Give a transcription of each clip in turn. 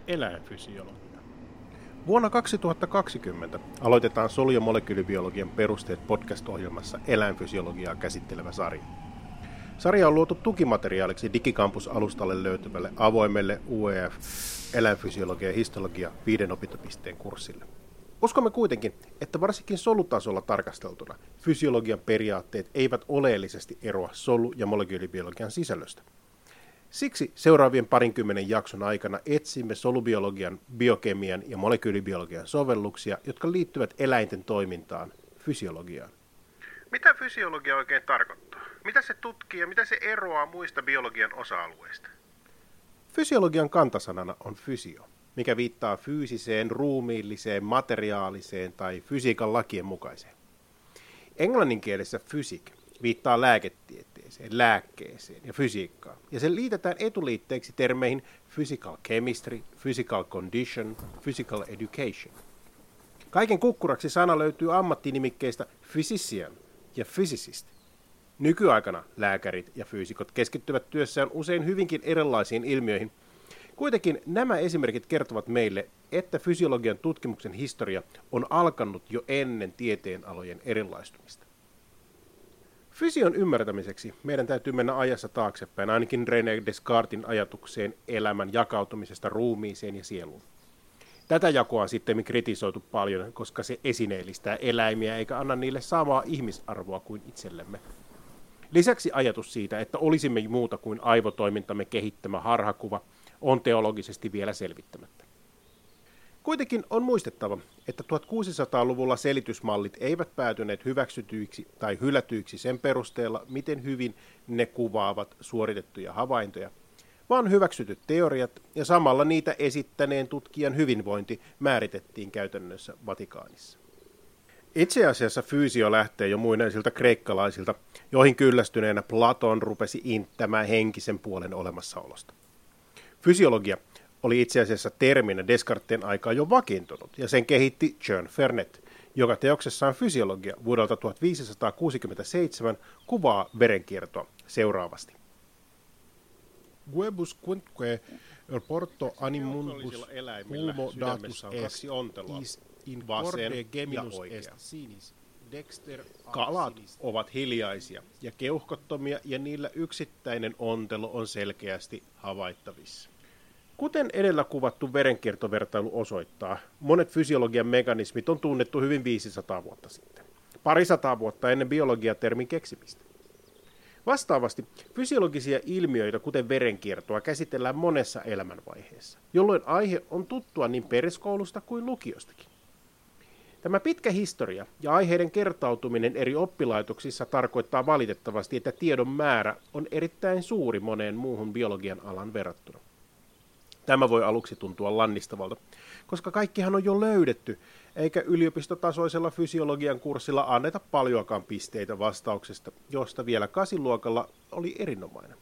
Eläinfysiologia. Vuonna 2020 aloitetaan solu- ja molekyylibiologian perusteet podcast-ohjelmassa eläinfysiologiaa käsittelevä sarja. Sarja on luotu tukimateriaaliksi Digikampus-alustalle löytyvälle avoimelle UEF eläinfysiologia ja histologia 5 opintopisteen kurssille. Uskomme kuitenkin, että varsinkin solutasolla tarkasteltuna fysiologian periaatteet eivät oleellisesti eroa solu- ja molekyylibiologian sisällöstä. Siksi seuraavien 20 jakson aikana etsimme solubiologian, biokemian ja molekyylibiologian sovelluksia, jotka liittyvät eläinten toimintaan, fysiologiaan. Mitä fysiologia oikein tarkoittaa? Mitä se tutkii ja mitä se eroaa muista biologian osa-alueista? Fysiologian kantasanana on fysio, mikä viittaa fyysiseen, ruumiilliseen, materiaaliseen tai fysiikan lakien mukaiseen. Englanninkielessä physic viittaa lääketieteeseen, lääkkeeseen ja fysiikkaan, ja se liitetään etuliitteeksi termeihin physical chemistry, physical condition, physical education. Kaiken kukkuraksi sana löytyy ammattinimikkeistä physician ja physicist. Nykyaikana lääkärit ja fyysikot keskittyvät työssään usein hyvinkin erilaisiin ilmiöihin. Kuitenkin nämä esimerkit kertovat meille, että fysiologian tutkimuksen historia on alkanut jo ennen tieteenalojen erilaistumista. Fysion ymmärtämiseksi meidän täytyy mennä ajassa taaksepäin, ainakin René Descartesin ajatukseen elämän jakautumisesta ruumiiseen ja sieluun. Tätä jakoa on sitten kritisoitu paljon, koska se esineellistää eläimiä eikä anna niille samaa ihmisarvoa kuin itsellemme. Lisäksi ajatus siitä, että olisimme muuta kuin aivotoimintamme kehittämä harhakuva, on teologisesti vielä selvittämättä. Kuitenkin on muistettava, että 1600-luvulla selitysmallit eivät päätyneet hyväksytyiksi tai hylätyiksi sen perusteella, miten hyvin ne kuvaavat suoritettuja havaintoja, vaan hyväksytyt teoriat ja samalla niitä esittäneen tutkijan hyvinvointi määritettiin käytännössä Vatikaanissa. Itse asiassa fyysio lähtee jo muinaisilta kreikkalaisilta, joihin kyllästyneenä Platon rupesi inttämään henkisen puolen olemassaolosta. Fysiologia oli itse asiassa terminä Descartesin aikaa jo vakiintunut, ja sen kehitti John Fernet, joka teoksessaan Fysiologia vuodelta 1567 kuvaa verenkiertoa seuraavasti. Guebus quinque porto animumbus pulmo datus est, is in corde geminus est sinis, dexter Kalat ovat hiljaisia ja keuhkottomia, ja niillä yksittäinen ontelo on selkeästi havaittavissa. Kuten edellä kuvattu verenkiertovertailu osoittaa, monet fysiologian mekanismit on tunnettu hyvin 500 vuotta sitten, parisataa vuotta ennen biologiatermin keksimistä. Vastaavasti fysiologisia ilmiöitä, kuten verenkiertoa, käsitellään monessa elämänvaiheessa, jolloin aihe on tuttua niin peruskoulusta kuin lukiostakin. Tämä pitkä historia ja aiheiden kertautuminen eri oppilaitoksissa tarkoittaa valitettavasti, että tiedon määrä on erittäin suuri moneen muuhun biologian alan verrattuna. Tämä voi aluksi tuntua lannistavalta, koska kaikkihan on jo löydetty, eikä yliopistotasoisella fysiologian kurssilla anneta paljoakaan pisteitä vastauksesta, josta vielä 8-luokalla oli erinomainen.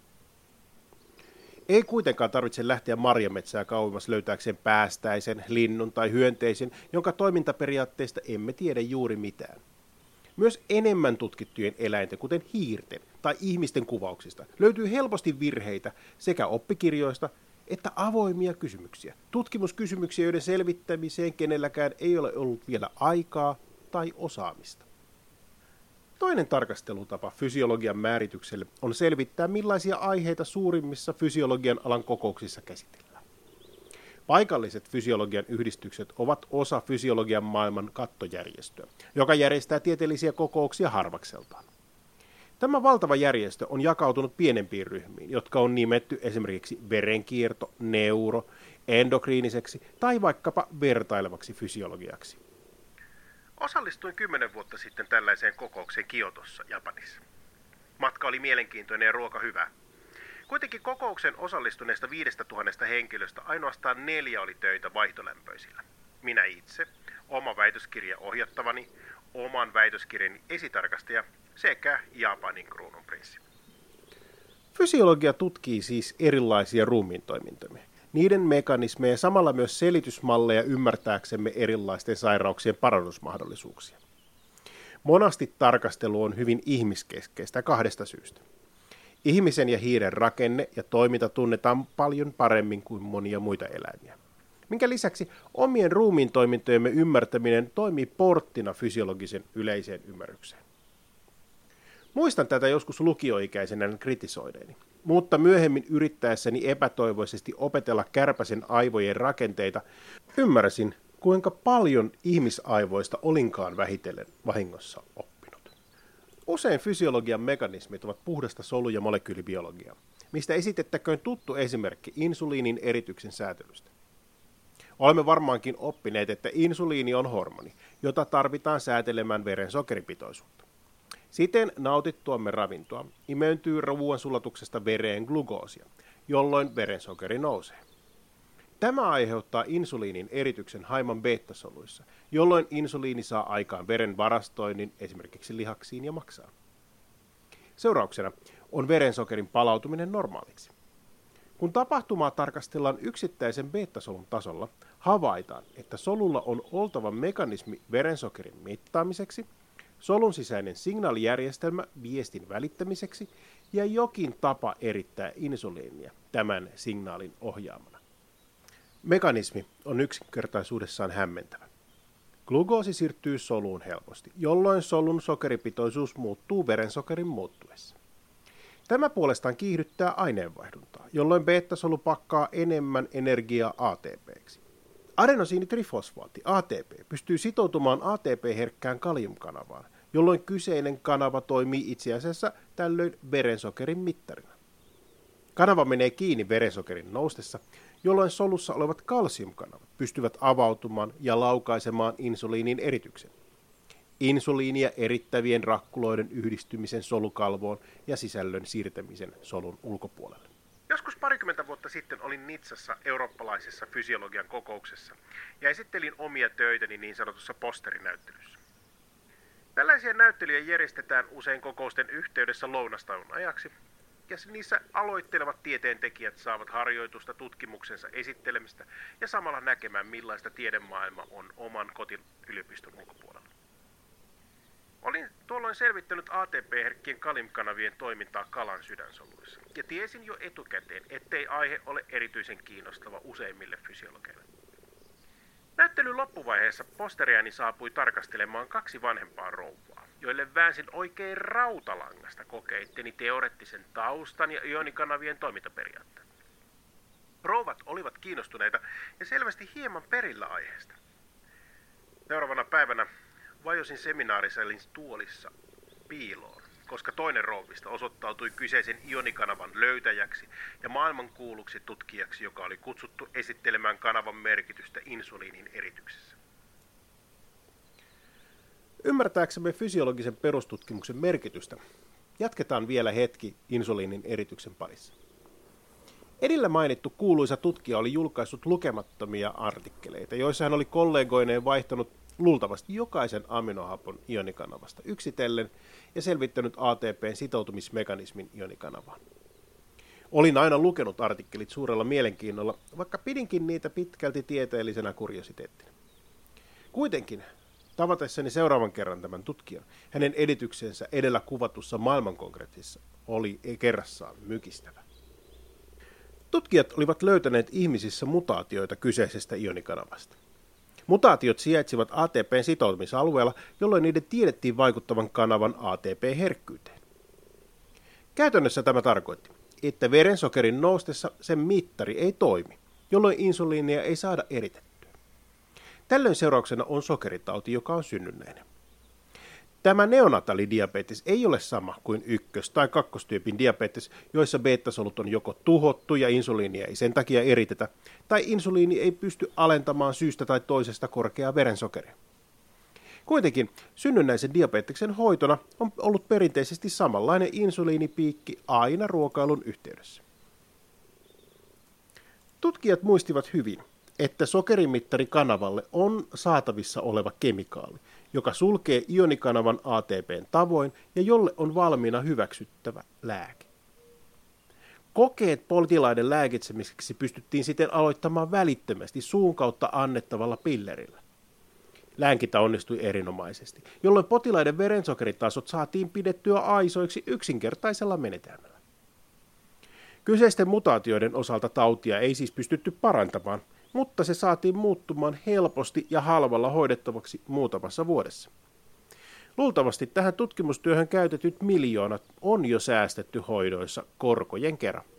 Ei kuitenkaan tarvitse lähteä marjametsää kauemmas löytääkseen päästäisen, linnun tai hyönteisen, jonka toimintaperiaatteista emme tiedä juuri mitään. Myös enemmän tutkittujen eläinten, kuten hiirten tai ihmisten kuvauksista, löytyy helposti virheitä sekä oppikirjoista että avoimia kysymyksiä. Tutkimuskysymyksiä, joiden selvittämiseen kenelläkään ei ole ollut vielä aikaa tai osaamista. Toinen tarkastelutapa fysiologian määritykselle on selvittää, millaisia aiheita suurimmissa fysiologian alan kokouksissa käsitellään. Paikalliset fysiologian yhdistykset ovat osa fysiologian maailman kattojärjestöä, joka järjestää tieteellisiä kokouksia harvakseltaan. Tämä valtava järjestö on jakautunut pienempiin ryhmiin, jotka on nimetty esimerkiksi verenkierto, neuro, endokriiniseksi tai vaikkapa vertailevaksi fysiologiaksi. Osallistuin 10 vuotta sitten tällaiseen kokoukseen Kiotossa, Japanissa. Matka oli mielenkiintoinen ja ruoka hyvä. Kuitenkin kokouksen osallistuneista 5000 henkilöstä ainoastaan 4 oli töitä vaihtolämpöisillä. Minä itse, oma väitöskirja ohjattavani, oman väitöskirjani esitarkastaja sekä Japanin kruununprinssi. Fysiologia tutkii siis erilaisia ruumiintoimintoja, niiden mekanismeja ja samalla myös selitysmalleja ymmärtääksemme erilaisten sairauksien parannusmahdollisuuksia. Monasti tarkastelu on hyvin ihmiskeskeistä 2 syystä. Ihmisen ja hiiren rakenne ja toiminta tunnetaan paljon paremmin kuin monia muita eläimiä. minkä lisäksi omien ruumiin toimintojemme ymmärtäminen toimii porttina fysiologisen yleiseen ymmärrykseen. Muistan tätä joskus lukioikäisenä kritisoideeni, mutta myöhemmin yrittäessäni epätoivoisesti opetella kärpäsen aivojen rakenteita, ymmärsin, kuinka paljon ihmisaivoista olinkaan vähitellen vahingossa oppinut. Usein fysiologian mekanismit ovat puhdasta solu- ja molekyylibiologiaa, mistä esitettäköön tuttu esimerkki insuliinin erityksen säätelystä. Olemme varmaankin oppineet, että insuliini on hormoni, jota tarvitaan säätelemään veren sokeripitoisuutta. Siten nautittuamme ravintoa imeytyy ruoansulatuksesta vereen glukoosia, jolloin verensokeri nousee. Tämä aiheuttaa insuliinin erityksen haiman beta-soluissa, jolloin insuliini saa aikaan veren varastoinnin esimerkiksi lihaksiin ja maksaan. Seurauksena on verensokerin palautuminen normaaliksi. Kun tapahtumaa tarkastellaan yksittäisen beta-solun tasolla, havaitaan, että solulla on oltava mekanismi verensokerin mittaamiseksi, solun sisäinen signaalijärjestelmä viestin välittämiseksi ja jokin tapa erittää insuliinia tämän signaalin ohjaamana. Mekanismi on yksinkertaisuudessaan hämmentävä. Glukoosi siirtyy soluun helposti, jolloin solun sokeripitoisuus muuttuu verensokerin muuttuessa. Tämä puolestaan kiihdyttää aineenvaihduntaa, jolloin beta-solu pakkaa enemmän energiaa ATP:ksi. Adenosiinitrifosfaatti, ATP, pystyy sitoutumaan ATP-herkkään kaliumkanavaan, jolloin kyseinen kanava toimii itse asiassa tällöin verensokerin mittarina. Kanava menee kiinni verensokerin noustessa, jolloin solussa olevat kalsiumkanavat pystyvät avautumaan ja laukaisemaan insuliinin erityksen. Insuliinia erittävien rakkuloiden yhdistymisen solukalvoon ja sisällön siirtämisen solun ulkopuolelle. Joskus 20 vuotta sitten olin Nitsassa eurooppalaisessa fysiologian kokouksessa ja esittelin omia töitäni niin sanotussa posterinäyttelyssä. Tällaisia näyttelyjä järjestetään usein kokousten yhteydessä lounastauon ajaksi, ja niissä aloittelevat tieteentekijät saavat harjoitusta tutkimuksensa esittelemistä ja samalla näkemään, millaista tiedemaailma on oman kotiyliopiston ulkopuolella. Olin tuolloin selvittänyt ATP-herkkien kaliumkanavien toimintaa kalan sydänsoluissa, ja tiesin jo etukäteen, ettei aihe ole erityisen kiinnostava useimmille fysiologeille. Näyttelyn loppuvaiheessa posteriani saapui tarkastelemaan 2 vanhempaa rouvaa, joille väänsin oikein rautalangasta kokeitteni teoreettisen taustan ja ionikanavien toimintaperiaatteet. Rouvat olivat kiinnostuneita ja selvästi hieman perillä aiheesta. Seuraavana päivänä vajosin seminaarisalin tuolissa piiloon, koska toinen rouvista osoittautui kyseisen ionikanavan löytäjäksi ja maailmankuuluksi tutkijaksi, joka oli kutsuttu esittelemään kanavan merkitystä insuliinin erityksessä. Ymmärtääksemme fysiologisen perustutkimuksen merkitystä, jatketaan vielä hetki insuliinin erityksen parissa. Edellä mainittu kuuluisa tutkija oli julkaissut lukemattomia artikkeleita, joissa hän oli kollegoineen vaihtanut luultavasti jokaisen aminohapon ionikanavasta yksitellen ja selvittänyt ATP:n sitoutumismekanismin ionikanavaan. Olin aina lukenut artikkelit suurella mielenkiinnolla, vaikka pidinkin niitä pitkälti tieteellisenä kuriositeettina. Kuitenkin, tavatessani seuraavan kerran tämän tutkijan, hänen edityksensä edellä kuvatussa maailmankongressissa oli kerrassaan mykistävä. Tutkijat olivat löytäneet ihmisissä mutaatioita kyseisestä ionikanavasta. Mutaatiot sijaitsivat ATP:n sitoutumisalueella, jolloin niiden tiedettiin vaikuttavan kanavan ATP-herkkyyteen. Käytännössä tämä tarkoitti, että verensokerin noustessa sen mittari ei toimi, jolloin insuliinia ei saada eritettyä. Tällöin seurauksena on sokeritauti, joka on synnynnäinen. Tämä neonatalidiabetes ei ole sama kuin ykkös- tai kakkostyypin diabetes, joissa beta-solut on joko tuhottu ja insuliinia ei sen takia eritetä, tai insuliini ei pysty alentamaan syystä tai toisesta korkeaa verensokeria. Kuitenkin synnynnäisen diabeteksen hoitona on ollut perinteisesti samanlainen insuliinipiikki aina ruokailun yhteydessä. Tutkijat muistivat hyvin, että sokerimittarikanavalle on saatavissa oleva kemikaali, joka sulkee ionikanavan ATP:n tavoin ja jolle on valmiina hyväksyttävä lääke. Kokeet potilaiden lääkitsemiseksi pystyttiin siten aloittamaan välittömästi suun kautta annettavalla pillerillä. Lääkintä onnistui erinomaisesti, jolloin potilaiden verensokeritasot saatiin pidettyä aisoiksi yksinkertaisella menetelmällä. Kyseisten mutaatioiden osalta tautia ei siis pystytty parantamaan, mutta se saatiin muuttumaan helposti ja halvalla hoidettavaksi muutamassa vuodessa. Luultavasti tähän tutkimustyöhön käytetyt miljoonat on jo säästetty hoidoissa korkojen kera.